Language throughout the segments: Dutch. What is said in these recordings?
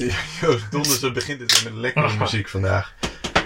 Ja, Joost, donderdag begint het met lekkere muziek vandaag.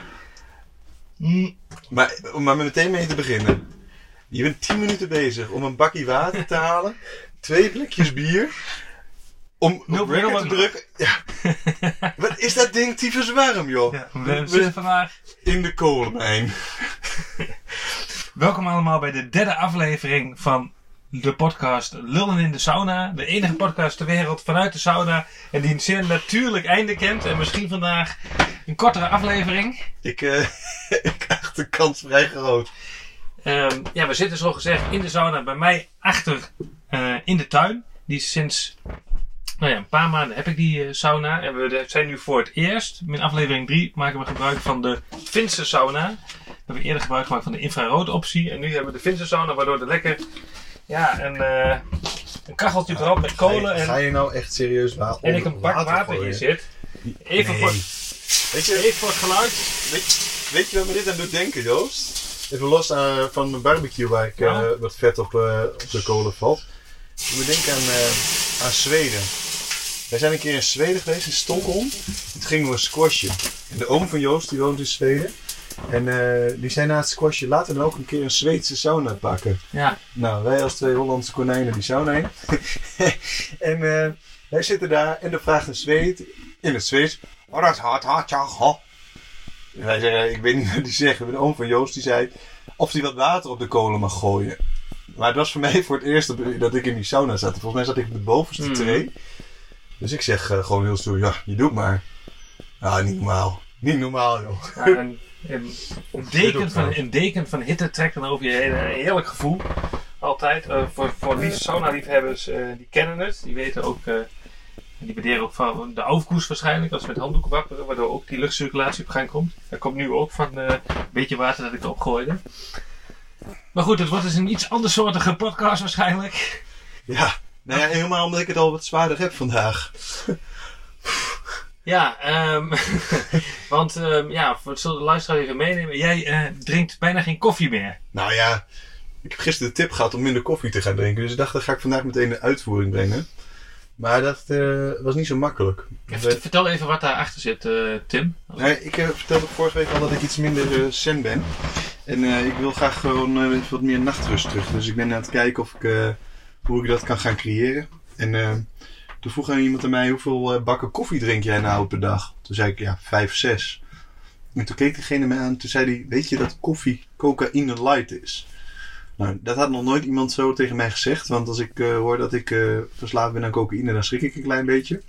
Maar om maar meteen mee te beginnen. Je bent 10 minuten bezig om een bakje water te halen. 2 blikjes bier. Om op record te drukken. Ja. Wat is dat ding tyfus warm, joh? Ja, we zitten vandaag in de kolenmijn. Welkom allemaal bij de 3e aflevering van de podcast Lullen in de Sauna. De enige podcast ter wereld vanuit de sauna. En die een zeer natuurlijk einde kent. En misschien vandaag een kortere aflevering. Ik acht de kans vrij groot. We zitten zo gezegd in de sauna bij mij achter in de tuin. Die is sinds een paar maanden heb ik die sauna. En we zijn nu voor het eerst. In aflevering 3 maken we gebruik van de Finse sauna. We hebben eerder gebruik gemaakt van de infrarood optie. En nu hebben we de Finse sauna, waardoor er lekker een kacheltje brand met kolen. Ga je nou echt serieus water? En ik een bak water hier zit. Even voor het geluid. Weet je wat me dit aan doet denken, Joost? Even los van mijn barbecue waar ik wat vet op de kolen valt. Ik moet denken aan Zweden. Wij zijn een keer in Zweden geweest, in Stockholm. Toen gingen we een squashje. En de oom van Joost, die woont in Zweden. En die zei na het squashje, laten we dan ook een keer een Zweedse sauna pakken. Ja. Nou, wij als 2 Hollandse konijnen die sauna in. En wij zitten daar en dan vraagt een Zweed in het Zweeds. En wij zeggen, ik weet niet wat die zeggen. De oom van Joost die zei of hij wat water op de kolen mag gooien. Maar het was voor mij voor het eerst dat ik in die sauna zat. Volgens mij zat ik op de bovenste tray. Dus ik zeg gewoon heel stoer, ja, je doet maar. Ja, niet normaal. Niet normaal, joh. Ja, een deken van hitte trekt dan over je heen. Een heerlijk gevoel. Altijd. Voor sauna-liefhebbers, die kennen het. Die weten ook, die waarderen ook van de afkoers waarschijnlijk. Als ze met handdoeken wapperen, waardoor ook die luchtcirculatie op gang komt. Dat komt nu ook van een beetje water dat ik erop gooide. Maar goed, het wordt dus een iets andersoortige podcast waarschijnlijk. Ja, nou ja, helemaal omdat ik het al wat zwaarder heb vandaag. Ja, want zullen de luisteraar even meenemen. Jij drinkt bijna geen koffie meer. Nou ja, ik heb gisteren de tip gehad om minder koffie te gaan drinken. Dus ik dacht, dat ga ik vandaag meteen de uitvoering brengen. Maar dat was niet zo makkelijk. Vertel even wat daarachter zit, Tim. Nee, ik vertelde vorige week al dat ik iets minder zen ben. En ik wil graag gewoon wat meer nachtrust terug. Dus ik ben aan het kijken hoe ik dat kan gaan creëren. En toen vroeg iemand aan mij, hoeveel bakken koffie drink jij nou per dag? Toen zei ik, 5, 6. En toen keek diegene me aan. Toen zei hij, weet je dat koffie cocaïne light is? Nou, dat had nog nooit iemand zo tegen mij gezegd. Want als ik hoor dat ik verslaafd ben aan cocaïne, dan schrik ik een klein beetje.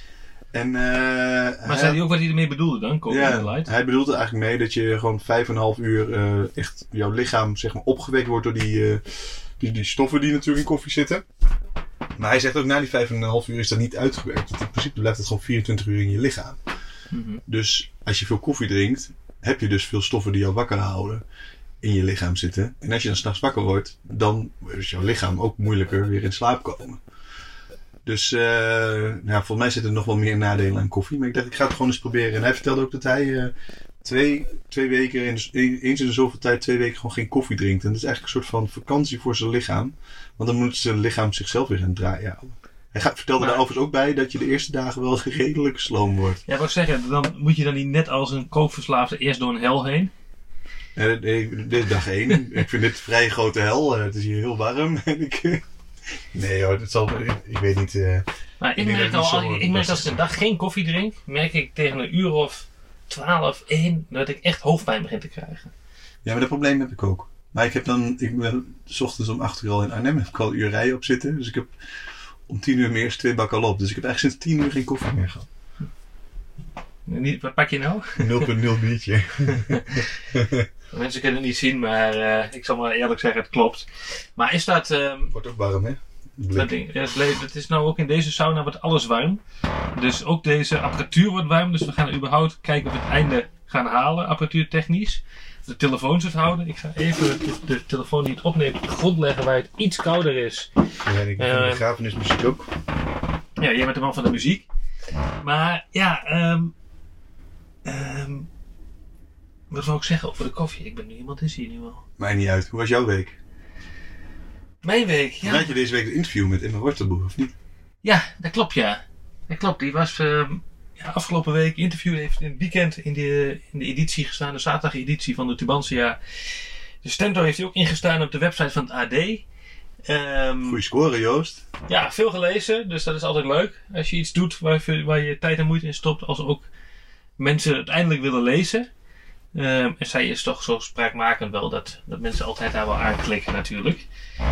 Maar zei hij ook wat hij ermee bedoelde dan? Cocaïne light? Hij bedoelde eigenlijk mee dat je gewoon 5,5 uur echt jouw lichaam zeg maar opgewekt wordt door die stoffen die natuurlijk in koffie zitten. Maar hij zegt ook na die 5,5 uur is dat niet uitgewerkt. Want in principe blijft het gewoon 24 uur in je lichaam. Mm-hmm. Dus als je veel koffie drinkt, heb je dus veel stoffen die jou wakker houden in je lichaam zitten. En als je dan 's nachts wakker wordt, dan is jouw lichaam ook moeilijker weer in slaap komen. Dus volgens mij zitten er nog wel meer nadelen aan koffie. Maar ik dacht, ik ga het gewoon eens proberen. En hij vertelde ook dat hij 2 weken, eens in de zoveel tijd 2 weken gewoon geen koffie drinkt. En dat is eigenlijk een soort van vakantie voor zijn lichaam. Want dan moet zijn lichaam zichzelf weer gaan draaien. Hij vertelde daar overigens ook bij dat je de eerste dagen wel redelijk sloom wordt. Ja, wat ik zeggen, dan moet je dan niet net als een kookverslaafde eerst door een hel heen? Dit is dag 1. Ik vind dit een vrij grote hel. Het is hier heel warm. Nee hoor, ik weet niet. Ik merk als ik een dag geen koffie drink, merk ik tegen een uur of 12, 1, dat ik echt hoofdpijn begin te krijgen. Ja, maar dat probleem heb ik ook. Maar ik ben 's ochtends om 8 uur al in Arnhem, heb ik al een uur rijden op zitten. Dus ik heb om 10 uur mijn eerste 2 bakken al op. Dus ik heb eigenlijk sinds 10 uur geen koffie meer gehad. Wat pak je nou? 0,0 biertje. Mensen kunnen het niet zien, maar ik zal maar eerlijk zeggen, het klopt. Maar is dat... Wordt ook warm, hè? Het is nou ook in deze sauna wordt alles warm. Dus ook deze apparatuur wordt warm. Dus we gaan überhaupt kijken of we het einde gaan halen, apparatuurtechnisch. De telefoons het houden. Ik ga even de telefoon die het opneemt op de grond leggen waar het iets kouder is. Ja, ik vind de begrafenismuziek ook. Ja, jij bent de man van de muziek. Maar ja, wat wou ik zeggen over de koffie? Ik ben nu iemand is hier nu al. Maakt niet uit. Hoe was jouw week? Mijn week, ja. Had je deze week een interview met Emma Wortelboer, of niet? Ja, dat klopt, ja. Dat klopt. Die was afgelopen week interview heeft in het weekend in de editie gestaan, de zaterdag editie van de Tubantia. De Stento heeft hij ook ingestaan op de website van het AD. Goeie score, Joost. Ja, veel gelezen, dus dat is altijd leuk. Als je iets doet waar je tijd en moeite in stopt, als ook mensen uiteindelijk willen lezen. En zij is toch zo spraakmakend wel dat mensen altijd daar wel aanklikken natuurlijk.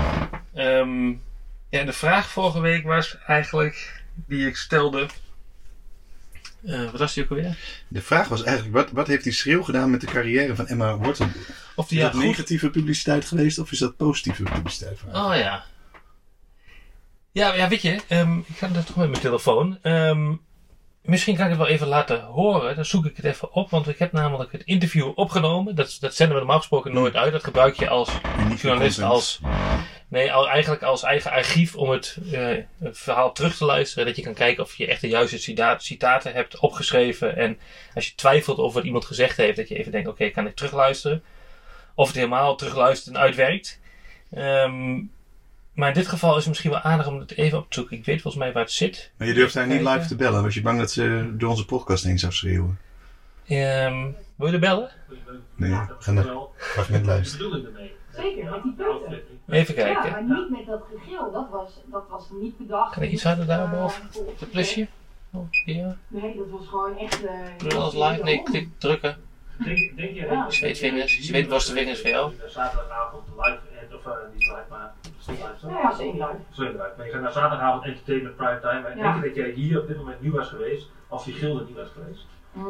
De vraag vorige week was eigenlijk die ik stelde. Wat was die ook alweer? De vraag was eigenlijk, wat heeft die schreeuw gedaan met de carrière van Emma Wortelboer? Of die is dat negatieve publiciteit geweest of is dat positieve publiciteit? Oh ja. Ja, weet je, ik ga dat toch met mijn telefoon. Misschien kan ik het wel even laten horen. Dan zoek ik het even op, want ik heb namelijk het interview opgenomen. Dat zenden we normaal gesproken nooit uit. Dat gebruik je als journalist eigenlijk als eigen archief om het verhaal terug te luisteren. Dat je kan kijken of je echt de juiste citaten hebt opgeschreven. En als je twijfelt over wat iemand gezegd heeft, dat je even denkt, oké, kan ik terugluisteren? Of het helemaal terugluisteren en uitwerkt. Maar in dit geval is het misschien wel aardig om het even op te zoeken. Ik weet volgens mij waar het zit. Maar je durft haar niet live te bellen. Was je bang dat ze door onze podcast heen zou schreeuwen? Wil je er bellen? Nee, we gaan naar het fragment luisteren. Zeker, met die punten. Even kijken. Ja, maar niet met dat gegil. Dat was niet bedacht. Kan ik iets harder daarboven? Het plusje? Oh, ja. Nee, dat was gewoon echt... Doe dat als live? Nee, klik drukken. Denk je Zweetvingers. Je weet wat de vingers voor jou. Zaterdagavond live, of niet live, maar ja, zeker live. Sorry, live. Maar je gaat naar zaterdagavond entertainment primetime. En denk je dat jij hier op dit moment nu was geweest, als die gilde niet was geweest?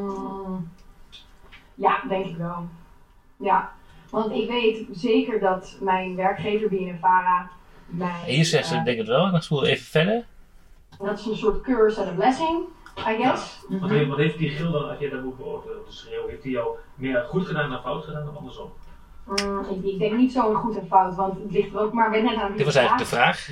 Ja, denk ik wel. Ja, want ik weet zeker dat mijn werkgever BNNVARA mij... Hier zegt ze, denk het wel. En dan spoelen we even verder. Dat is een soort curse en een blessing, I guess. Ja. Wat heeft die gilde, als jij daar moet beoordelen, de schreeuw, heeft hij jou meer goed gedaan dan fout gedaan of andersom? Ik denk niet zo goed en fout, want het ligt er ook maar net aan. Dit was eigenlijk de vraag.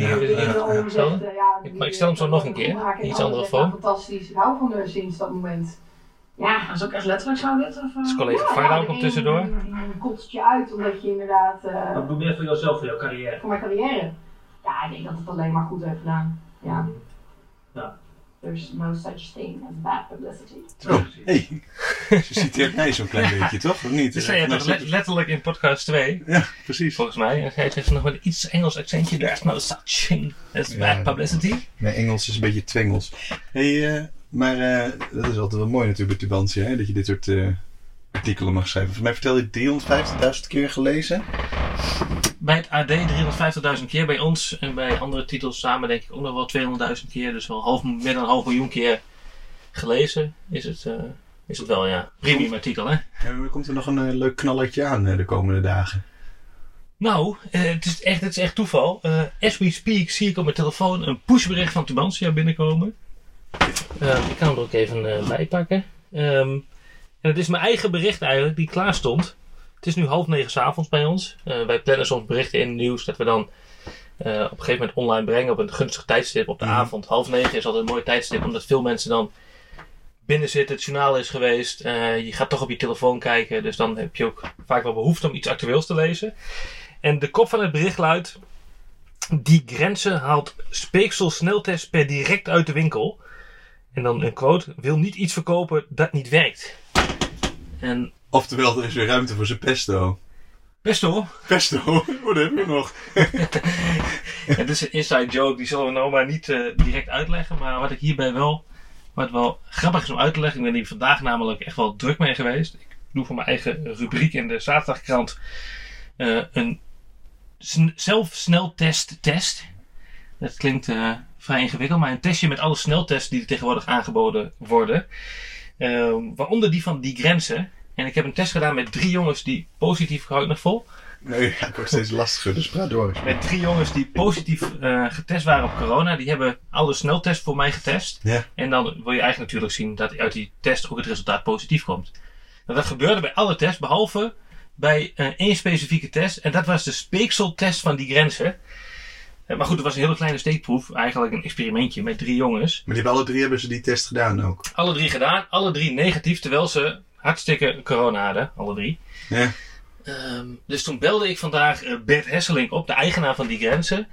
Maar ik stel hem zo nog een keer. Iets andere vorm. Fantastisch, ik hou van haar sinds dat moment. Ja, dat is ook echt letterlijk zo dit? Of, is collega Varda ook tussendoor? Die kotst je uit, omdat je inderdaad... Wat doe je voor jezelf, voor jouw carrière? Voor mijn carrière? Ja, ik denk dat het alleen maar goed heeft gedaan. Ja. There's no such thing as bad publicity. Oh, hey. Ze citeert mij zo'n klein beetje, toch? Of niet? Dus zei je het letterlijk in podcast 2. Ja, precies. Volgens mij. En hij heeft nog wel iets Engels accentje. There's no such thing as bad publicity. Mijn Engels is een beetje twengels. Hey, maar dat is altijd wel mooi natuurlijk bij Tubantia, hè? Dat je dit soort artikelen mag schrijven. Voor mij vertel je 350.000 keer gelezen. Bij het AD 350.000 keer, bij ons en bij andere titels samen denk ik ook nog wel 200.000 keer. Dus wel meer dan 500.000 keer gelezen is het wel, ja. Premium artikel, hè? En komt er nog een leuk knallertje aan de komende dagen? Nou, het is echt toeval. As we speak zie ik op mijn telefoon een pushbericht van Tubantia binnenkomen. Ik kan hem er ook even bijpakken. En het is mijn eigen bericht eigenlijk die klaar stond. Het is nu 8:30 s'avonds bij ons. Wij plannen soms berichten in het nieuws dat we dan op een gegeven moment online brengen op een gunstig tijdstip op de avond. 8:30 is altijd een mooi tijdstip omdat veel mensen dan binnen zitten. Het journaal is geweest. Je gaat toch op je telefoon kijken. Dus dan heb je ook vaak wel behoefte om iets actueels te lezen. En de kop van het bericht luidt: Die Grenzen haalt speekselsneltest per direct uit de winkel. En dan een quote: wil niet iets verkopen dat niet werkt. En oftewel, er is weer ruimte voor zijn pesto. Pesto? Pesto? Oh, dat heb je nog. Het is een inside joke, die zullen we nou maar niet direct uitleggen. Maar wat ik hierbij wat wel grappig is om uit te leggen. Ik ben hier vandaag namelijk echt wel druk mee geweest. Ik doe voor mijn eigen rubriek in de zaterdagkrant een zelfsneltest. Dat klinkt vrij ingewikkeld, maar een testje met alle sneltests die er tegenwoordig aangeboden worden. Waaronder die van Die Grenzen. En ik heb een test gedaan met 3 jongens die positief, hou ik nog vol? Nee, het wordt steeds lastiger, dus praat door. Met 3 jongens die positief getest waren op corona. Die hebben alle sneltests voor mij getest. Ja. En dan wil je eigenlijk natuurlijk zien dat uit die test ook het resultaat positief komt. Nou, dat gebeurde bij alle tests, behalve bij 1 specifieke test. En dat was de speekseltest van Die Grenzen. Maar goed, het was een hele kleine steekproef. Eigenlijk een experimentje met 3 jongens. Maar hebben die test gedaan ook? Alle 3 gedaan. Alle 3 negatief, terwijl ze hartstikke corona hadden. Alle 3. Ja. Dus toen belde ik vandaag Bert Hesselink op, de eigenaar van Die Grenzen.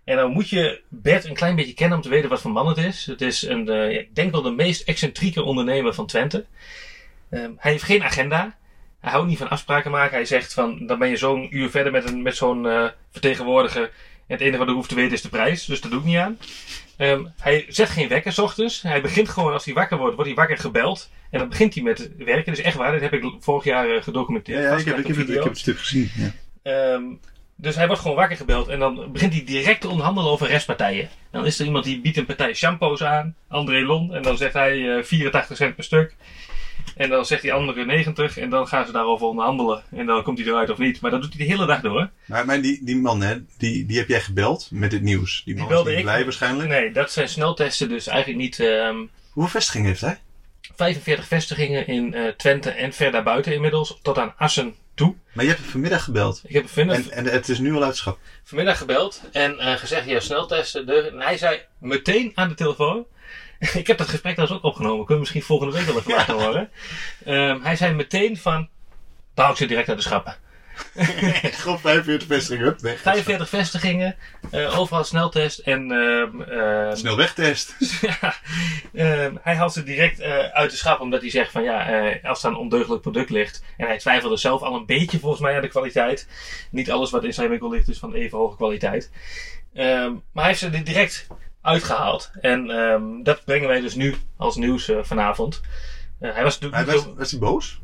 En dan moet je Bert een klein beetje kennen om te weten wat voor man het is. Het is ik denk wel de meest excentrieke ondernemer van Twente. Hij heeft geen agenda. Hij houdt niet van afspraken maken. Hij zegt van, dan ben je zo'n uur verder met zo'n vertegenwoordiger. En het enige wat ik hoef te weten is de prijs. Dus dat doe ik niet aan. Hij zet geen wekker 's ochtends. Hij begint gewoon, als hij wakker wordt hij wakker gebeld. En dan begint hij met werken. Dat is echt waar. Dat heb ik vorig jaar gedocumenteerd. Ja, ik heb het stuk gezien. Ja. Dus hij wordt gewoon wakker gebeld. En dan begint hij direct te onderhandelen over restpartijen. Dan is er iemand die biedt een partij shampoos aan. André Lon. En dan zegt hij 84 cent per stuk. En dan zegt die andere 90 en dan gaan ze daarover onderhandelen. En dan komt hij eruit of niet. Maar dat doet hij de hele dag door. Maar die man, hè, die heb jij gebeld met dit nieuws. Die man belde is niet blij waarschijnlijk. Nee, dat zijn sneltesten dus eigenlijk niet... Hoeveel vestigingen heeft hij? 45 vestigingen in Twente en ver daarbuiten inmiddels. Tot aan Assen toe. Maar je hebt hem vanmiddag gebeld. Ik heb hem en het is nu al uitschap. Vanmiddag gebeld en gezegd, ja, sneltesten. En hij zei meteen aan de telefoon... Ik heb dat gesprek trouwens ook opgenomen. Kunnen we misschien volgende week wel even laten horen. Hij zei meteen van... Dan hou ik ze direct uit de schappen. Gewoon 45 vestigingen. Weg. 45 vestigingen. Overal sneltest. En... snelwegtest. Ja, hij haalt ze direct uit de schap. Omdat hij zegt van ja... als er een ondeugdelijk product ligt... En hij twijfelde zelf al een beetje volgens mij aan de kwaliteit. Niet alles wat in zijn winkel ligt is van even hoge kwaliteit. Maar hij heeft ze direct... uitgehaald. En dat brengen wij dus nu als nieuws vanavond. Hij was natuurlijk was hij boos?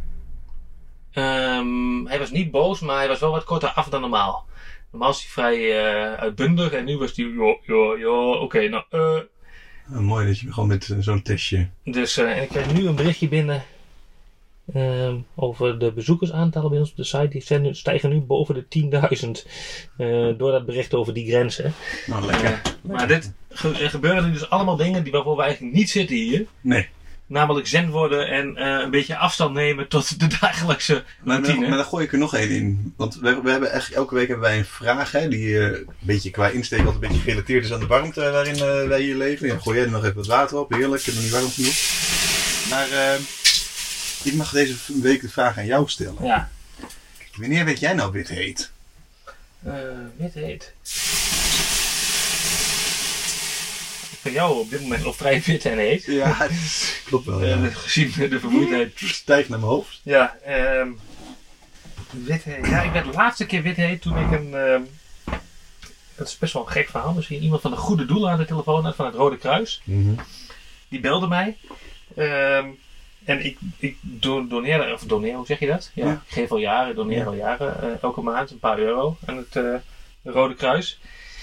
Hij was niet boos, maar hij was wel wat korter af dan normaal. Normaal is hij vrij uitbundig en nu was hij oké, nou mooi dat je gewoon met zo'n testje. Dus en ik krijg nu een berichtje binnen over de bezoekersaantallen bij ons op de site. Die stijgen nu boven de 10.000 door dat bericht over die grenzen. Nou, lekker. Maar er gebeuren dus allemaal dingen waarvoor we eigenlijk niet zitten hier. Nee. Namelijk zen worden en een beetje afstand nemen tot de dagelijkse routine. Maar dan gooi ik er nog één in. Want we hebben eigenlijk elke week hebben wij een vraag, hè, die een beetje qua insteek altijd een beetje gerelateerd is aan de warmte waarin wij hier leven. Ja, gooi jij er nog even wat water op, heerlijk, ik heb nog niet warm genoeg. Maar ik mag deze week de vraag aan jou stellen. Ja. Wanneer weet jij nou wit heet? Wit heet? Voor jou op dit moment nog vrij wit en heet. Ja, dat klopt wel. Ja. Gezien de vermoeidheid. Stijgt naar mijn hoofd. Ja, wit heet. Ja, ik werd de laatste keer wit heet toen ik dat is best wel een gek verhaal misschien. Iemand van de Goede Doelen aan de telefoon had van het Rode Kruis. Mm-hmm. Die belde mij. En ik doneer, hoe zeg je dat? Ja, ja. Ik geef al jaren, doneer al jaren, elke maand een paar euro aan het Rode Kruis.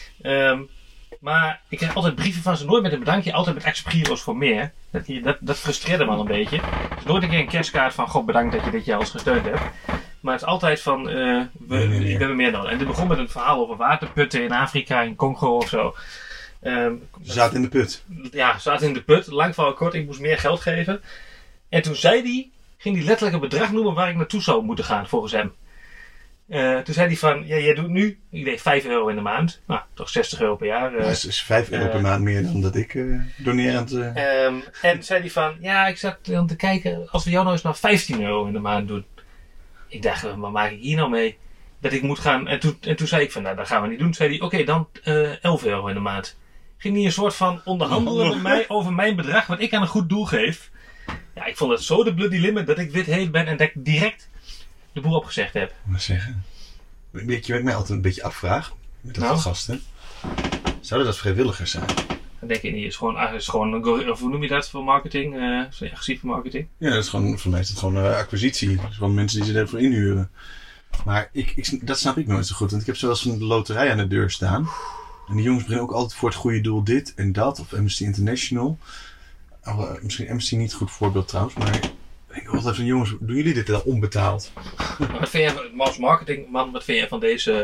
Maar ik krijg altijd brieven van ze, nooit met een bedankje, altijd met Exeprios voor meer. Dat frustreerde me al een beetje. Dus nooit een keer een kerstkaart van, god bedankt dat je dit jaar ons gesteund hebt. Maar het is altijd van, we hebben meer nodig. En dit begon met een verhaal over waterputten in Afrika, in Congo of zo. Ze zaten in de put. Ja, ze zaten in de put. Lang verhaal kort, ik moest meer geld geven. En toen ging hij letterlijk een bedrag noemen waar ik naartoe zou moeten gaan, volgens hem. Toen zei hij van, ja, jij doet nu, ik deed 5 euro in de maand. Nou, toch 60 euro per jaar. Dat is 5 euro per maand meer dan dat ik doneer aan het... En zei hij van, ja, ik zat dan te kijken, als we jou nou eens maar 15 euro in de maand doen. Ik dacht, wat maak ik hier nou mee? Dat ik moet gaan. En toen zei ik van, nou, dat gaan we niet doen. Toen zei hij, oké, dan 11 euro in de maand. Ging hij een soort van onderhandelen met mij over mijn bedrag, wat ik aan een goed doel geef. Ja, ik vond het zo de bloody limit dat ik wit heet ben en dat ik direct de boel opgezegd heb. Maar zeggen, weet je wat ik mij altijd een beetje afvraag met dat soort gasten? Zouden dat vrijwilligers zijn? Dat denk ik niet. Het is gewoon of hoe noem je dat voor marketing? Agressieve marketing? Ja, dat is gewoon, voor mij is het gewoon acquisitie. Het is gewoon mensen die ze ervoor inhuren. Maar dat snap ik nooit zo goed. Want ik heb zoals van de loterij aan de deur staan. En die jongens brengen ook altijd voor het goede doel dit en dat. Of Amnesty International. Misschien Amnesty niet een goed voorbeeld trouwens. Maar ik denk altijd van jongens, doen jullie dit dan onbetaald? Wat vind jij als marketingman, wat vind jij van deze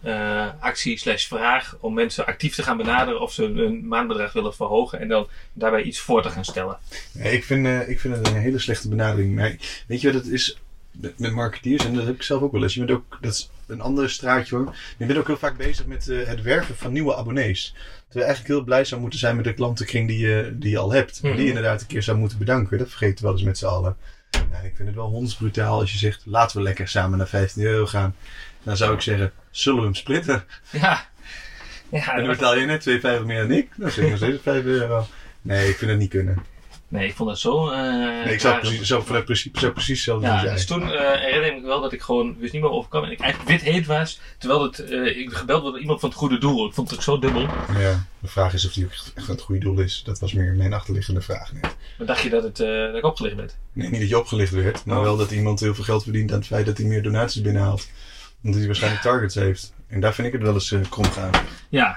actie/vraag om mensen actief te gaan benaderen of ze hun maandbedrag willen verhogen en dan daarbij iets voor te gaan stellen? Ja, ik vind het een hele slechte benadering. Maar weet je wat het is met marketeers? En dat heb ik zelf ook wel eens. Dat is een ander straatje hoor. Je bent ook heel vaak bezig met het werven van nieuwe abonnees. Terwijl je eigenlijk heel blij zou moeten zijn met de klantenkring die je al hebt. Mm-hmm. Die je inderdaad een keer zou moeten bedanken. Dat vergeten we wel eens met z'n allen. Ja, ik vind het wel hondsbrutaal als je zegt, laten we lekker samen naar 15 euro gaan. Dan zou ik zeggen, zullen we hem splitten? Ja, Ja, dan betaal je net 2,50 meer dan ik. Dan zeg ik nog steeds €5. Nee, ik vind het niet kunnen. Nee, ik vond dat zo... ik zou precies hetzelfde doen. Dus toen herinner ik me wel dat ik gewoon wist niet meer overkwam. En ik eigenlijk wit heet was. Terwijl ik gebeld werd door iemand van het goede doel. Ik vond het ook zo dubbel. Ja, de vraag is of die ook echt het goede doel is. Dat was meer mijn achterliggende vraag net. Maar dacht je dat ik opgelicht werd? Nee, niet dat je opgelicht werd. Maar wel dat iemand heel veel geld verdient aan het feit dat hij meer donaties binnenhaalt. Omdat hij waarschijnlijk targets heeft. En daar vind ik het wel eens krom gaan. Ja.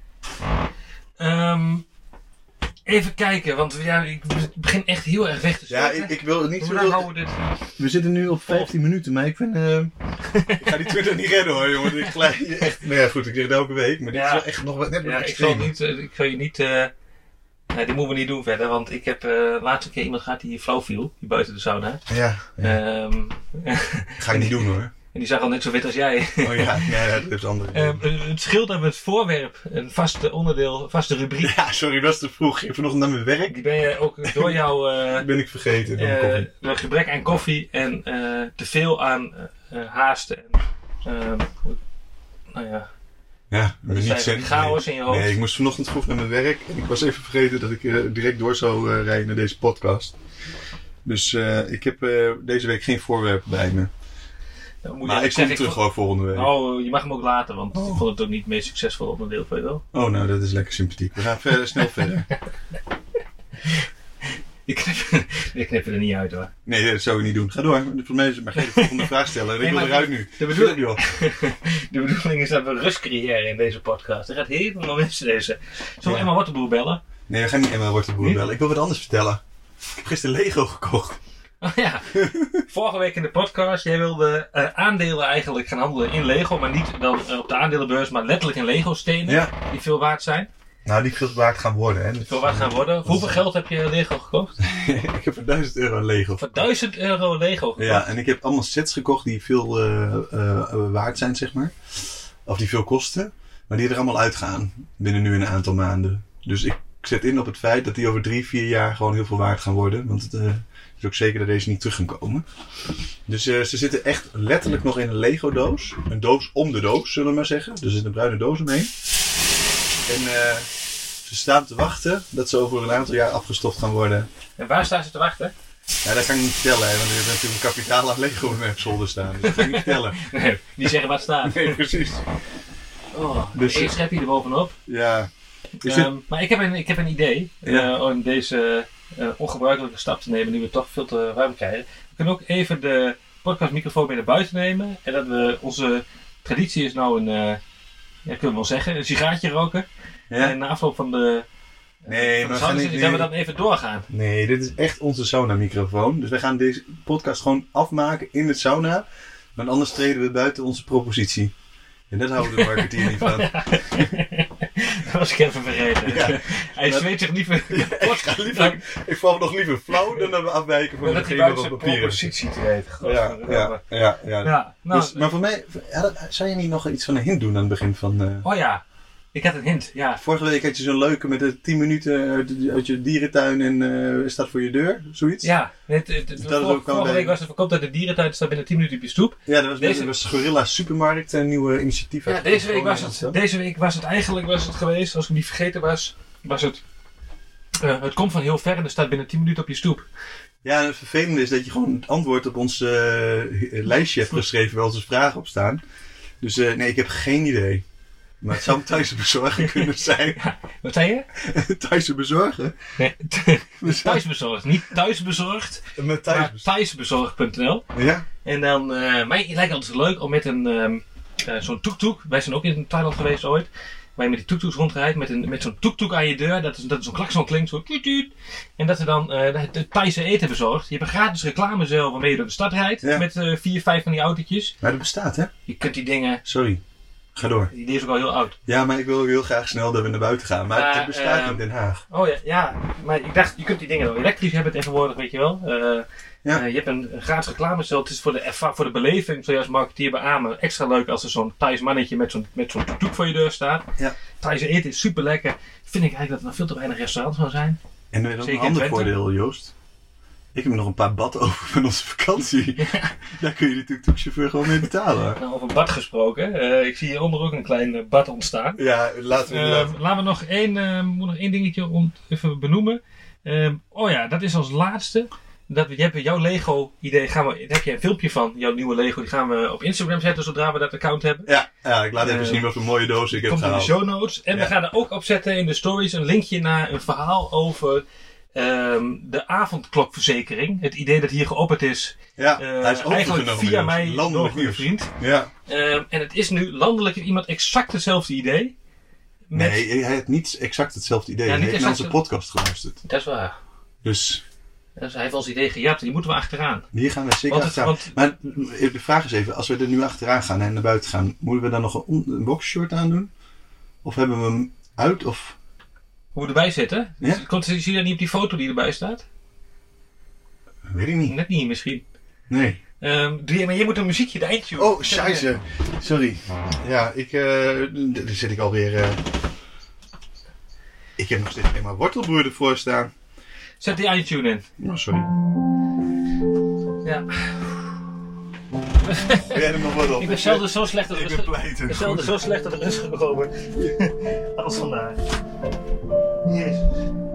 Even kijken, want ik begin echt heel erg weg te zetten. Ja, ik wil het niet Hoe lang houden we dit? We zitten nu op 15 minuten, maar ik vind... ik ga die Twitter niet redden hoor, jongen. Ik glijd echt... Nou ja, goed, ik zeg het elke week, maar dit is wel echt nog wat net wat extreem. Ik zal je niet... dit moeten we niet doen verder, want ik heb laatst een keer iemand gehad die flauw viel, die buiten de sauna. Ja. Ga ik niet doen hoor. En die zag al net zo wit als jij. Oh ja, nee, dat is andere. Het scheelt dat we het voorwerp, een vaste onderdeel, vaste rubriek. Ja, sorry, dat is te vroeg. Ik ging vanochtend naar mijn werk. Die ben je ook door jouw... ben ik vergeten, door mijn koffie. Door gebrek aan koffie en te veel aan haasten. Ja, me niet zin. Chaos in je hoofd. Nee, ik moest vanochtend vroeg naar mijn werk. En ik was even vergeten dat ik direct door zou rijden naar deze podcast. Dus ik heb deze week geen voorwerp bij me. Maar ik kom terug gewoon volgende week. Oh, je mag hem ook laten, want ik vond het ook niet het meest succesvolle onderdeel van je wel. Oh, nou, dat is lekker sympathiek. We gaan snel verder. Ik knip er niet uit hoor. Nee, dat zou ik niet doen. Ga door. Voor mij is maar geen volgende vraag stellen. Ik wil eruit nu. De bedoeling is dat we rust creëren in deze podcast. Er gaat helemaal mensen deze. Zullen we Emma Wortelboer bellen? Nee, we gaan niet Emma Wortelboer bellen. Ik wil wat anders vertellen. Ik heb gisteren Lego gekocht. Oh ja, vorige week in de podcast, jij wilde aandelen eigenlijk gaan handelen in Lego, maar niet dan op de aandelenbeurs, maar letterlijk in Lego stenen die veel waard zijn. Nou, die veel waard gaan worden. Hè. Veel waard gaan worden. Hoeveel geld heb je Lego gekocht? Ik heb voor €1.000 Lego. Voor €1.000 Lego gekocht? Ja, en ik heb allemaal sets gekocht die veel waard zijn, zeg maar. Of die veel kosten, maar die er allemaal uitgaan binnen nu een aantal maanden. Dus ik zet in op het feit dat die over 3-4 jaar gewoon heel veel waard gaan worden. Want het is ook zeker dat deze niet terug gaan komen. Dus ze zitten echt letterlijk nog in een Lego doos. Een doos om de doos, zullen we maar zeggen. Er zit een bruine doos omheen. En ze staan te wachten dat ze over een aantal jaar afgestoft gaan worden. En waar staan ze te wachten? Ja, dat kan ik niet vertellen, hè, want er is natuurlijk een kapitaal aan Lego in mijn zolder staan. Dus dat kan ik niet vertellen. Nee, niet zeggen waar het staat. Nee, precies. Oh, dus één schepje erbovenop. Ja. Maar ik heb een idee om deze ongebruikelijke stap te nemen, nu we toch veel te ruim krijgen. We kunnen ook even de podcastmicrofoon mee naar buiten nemen. En dat we onze traditie is nou kunnen we wel zeggen, een sigaartje roken. Ja. En na afloop van de... Nee, maar gaan we dan even doorgaan. Nee, dit is echt onze sauna-microfoon. Dus wij gaan deze podcast gewoon afmaken in het sauna. Want anders treden we buiten onze propositie. En dat houden de marketeer niet van. Dat was ik even vergeten. Ja, hij zweet zich liever... Ik val nog liever flauw dan dat we afwijken van degene wat papier is. Propositie treden. Ja. Dus, maar voor mij... zou je niet nog iets van een hint doen aan het begin van... Oh ja. Ik had een hint, ja. Vorige week had je zo'n leuke met de 10 minuten uit je dierentuin en staat voor je deur, zoiets? Ja, vorige week was het verkoopt uit de dierentuin, staat binnen 10 minuten op je stoep. Ja, dat was Gorilla Supermarkt, een nieuwe initiatief. Ja, deze week was het eigenlijk geweest, als ik niet vergeten was het... het komt van heel ver en er staat binnen 10 minuten op je stoep. Ja, en het vervelende is dat je gewoon het antwoord op ons lijstje hebt geschreven waar onze vragen op staan. Dus nee, ik heb geen idee. Maar het zou een Thaise bezorger kunnen zijn. Ja, wat zei je? Thaise bezorger? Nee, thuisbezorgd. Niet thuisbezorgd, maar thuisbezorgd.nl. Ja. En dan, mij lijkt altijd leuk om met zo'n tuk-tuk. Wij zijn ook in Thailand geweest ooit. Waar je met die tuk-tuks rondrijdt met zo'n tuk-tuk aan je deur. Dat zo'n klakson klinkt, zo tuut. En dat er dan het Thaise eten bezorgt. Je hebt een gratis reclamezeil waarmee je door de stad rijdt. Ja. Met 4-5 van die autootjes. Maar dat bestaat, hè? Je kunt die dingen... Sorry. Ga door. Die is ook al heel oud. Ja, maar ik wil ook heel graag snel dat we naar buiten gaan. Maar het bestaat in Den Haag. Oh ja, maar ik dacht, je kunt die dingen elektrisch hebben tegenwoordig, weet je wel. Je hebt een gratis reclamecel. Het is voor de beleving, zou je als marketeer beamen, extra leuk als er zo'n Thais mannetje met zo'n tuk-tuk voor je deur staat. Ja. Thaise eten is super lekker. Vind ik eigenlijk dat er nog veel te weinig restaurants van zijn. En er is ook een ander voordeel, Joost. Ik heb nog een paar bad over van onze vakantie. Daar kun je de tuk-tuk-chauffeur gewoon mee betalen. Nou, over bad gesproken. Ik zie hieronder ook een klein bad ontstaan. Ja, laten we... Laten we nog één dingetje even benoemen. Dat is als laatste. Je hebt jouw Lego-idee. Daar heb je een filmpje van. Jouw nieuwe Lego. Die gaan we op Instagram zetten zodra we dat account hebben. Ja, ik laat even zien wat voor mooie doos ik heb gehaald. Komt in de show notes. En we gaan er ook op zetten in de stories een linkje naar een verhaal over de avondklokverzekering. Het idee dat hier geopperd is. Ja, hij is eigenlijk via mij door een vriend. Ja. En het is nu landelijk iemand exact hetzelfde idee. Nee, hij heeft niet exact hetzelfde idee. Hij heeft naar onze podcast geluisterd. Dat is waar. Dus hij heeft ons idee gejat. Die moeten we achteraan. Hier gaan we zeker achteraan. Maar de vraag is even. Als we er nu achteraan gaan en naar buiten gaan. Moeten we dan nog een boxshort aan doen? Of hebben we hem uit? Of... Hoe we erbij zitten? Ja? Zie je dat niet op die foto die erbij staat? Weet ik niet. Net niet misschien. Nee. Maar je moet een muziekje, de eindtune. Oh, scheisse. Sorry. Ja, daar zit ik alweer... Ik heb nog steeds helemaal wortelbroer ervoor staan. Zet die eindtune in. Oh, sorry. Ja. Ben jij er nog wat op? Ik ben zelden zo slecht dat ik ben pleiten. Ik ben zelden zo slecht dat er is gekomen. Als vandaag. Jezus.